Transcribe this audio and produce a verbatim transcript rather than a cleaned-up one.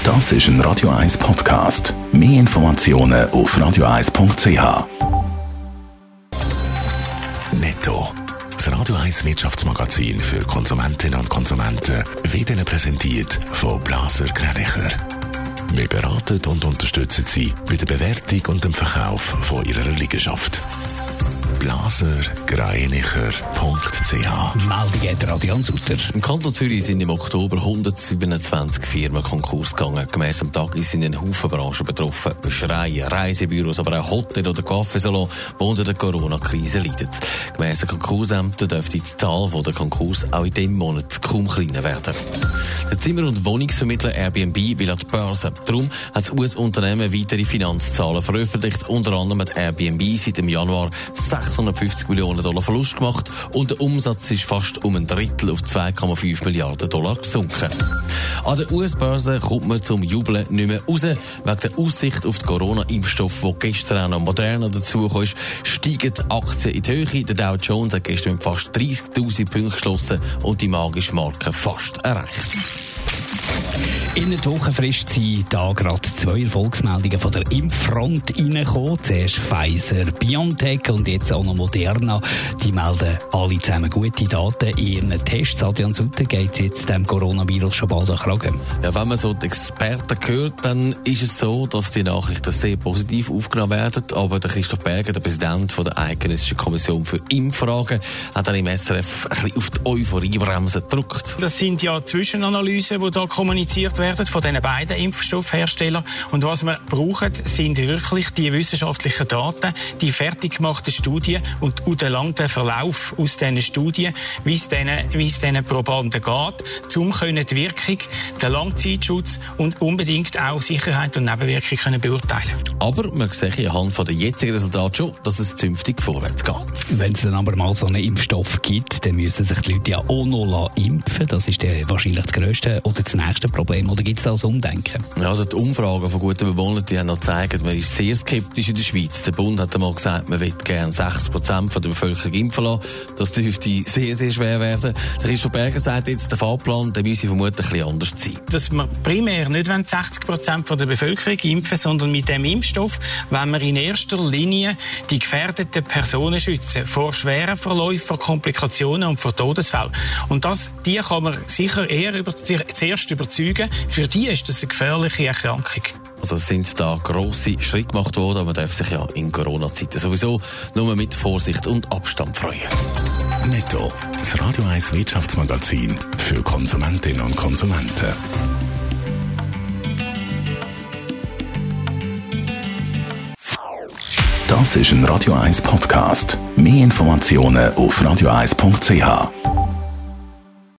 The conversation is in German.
Das ist ein Radio eins Podcast. Mehr Informationen auf radio eins punkt c h. Netto, das Radio eins Wirtschaftsmagazin für Konsumentinnen und Konsumenten, wird Ihnen präsentiert von Blaser Greinicher. Wir beraten und unterstützen Sie bei der Bewertung und dem Verkauf von Ihrer Liegenschaft. blaser greinicher punkt c h. Meldung der Adrian Sutter. Im Kanton Zürich sind im Oktober hundertsiebenundzwanzig Firmen Konkurs gegangen. Gemäss am Tag sind ein Haufen Branchen betroffen. Bäckereien, Reisebüros, aber auch Hotel- oder Kaffeesalon, die unter der Corona-Krise leiden. Gemäss den Konkursämtern dürfte die Zahl der Konkurs auch in diesem Monat kaum kleiner werden. Der Zimmer- und Wohnungsvermittler Airbnb will an die Börse. Darum hat das U S-Unternehmen weitere Finanzzahlen veröffentlicht. Unter anderem hat Airbnb seit dem Januar sechshundertfünfzig Millionen Dollar Verlust gemacht und der Umsatz ist fast um ein Drittel auf zwei Komma fünf Milliarden Dollar gesunken. An der U S-Börse kommt man zum Jubeln nicht mehr raus. Wegen der Aussicht auf den Corona-Impfstoff, der gestern auch noch Moderna dazugekommen ist, steigen die Aktien in die Höhe. Der Dow Jones hat gestern mit fast dreißigtausend Punkten geschlossen und die magische Marke fast erreicht. In der Wochenfrist sind da gerade zwei Erfolgsmeldungen von der Impffront reingekommen. Zuerst Pfizer, BioNTech und jetzt auch noch Moderna. Die melden alle zusammen gute Daten in ihren Tests. Adrian Sutter, geht es jetzt dem Coronavirus schon bald an den Kragen? Ja, wenn man so die Experten hört, dann ist es so, dass die Nachrichten sehr positiv aufgenommen werden. Aber der Christoph Berger, der Präsident von der Eidgenössischen Kommission für Impffragen, hat dann im S R F ein bisschen auf die Euphoriebremse gedrückt. Das sind ja Zwischenanalysen, die da kommuniziert werden von diesen beiden Impfstoffherstellern. Und was wir brauchen, sind wirklich die wissenschaftlichen Daten, die fertig gemachten Studien und den langen Verlauf aus diesen Studien, wie es diesen, wie es diesen Probanden geht, um die Wirkung, den Langzeitschutz und unbedingt auch Sicherheit und Nebenwirkungen beurteilen. Aber man sieht anhand der jetzigen Resultate schon, dass es zünftig vorwärts geht. Wenn es dann aber mal so einen Impfstoff gibt, dann müssen sich die Leute ja auch noch impfen. Das ist der wahrscheinlich das grösste oder das nächste Problem. Oder gibt es da so Umdenken? Ja, also die Umfragen von guten Bewohnern, die haben noch gezeigt, man ist sehr skeptisch in der Schweiz. Der Bund hat einmal gesagt, man will gerne sechzig Prozent der Bevölkerung impfen lassen. Das dürfte sehr, sehr schwer werden. Der Christoph Berger sagt jetzt, der Fahrplan, der müsse vermutlich ein bisschen anders sein. Dass wir primär nicht sechzig Prozent der Bevölkerung impfen, sondern mit dem Impfstoff wollen wir in erster Linie die gefährdeten Personen schützen vor schweren Verläufen, vor Komplikationen und vor Todesfällen. Und das, die kann man sicher eher über, zuerst überzeugen. Für die ist das eine gefährliche Erkrankung. Also es sind da grosse Schritte gemacht worden, aber man darf sich ja in Corona-Zeiten sowieso nur mit Vorsicht und Abstand freuen. Netto, das Radio eins Wirtschaftsmagazin für Konsumentinnen und Konsumenten. Das ist ein Radio eins Podcast. Mehr Informationen auf radio eins punkt c h.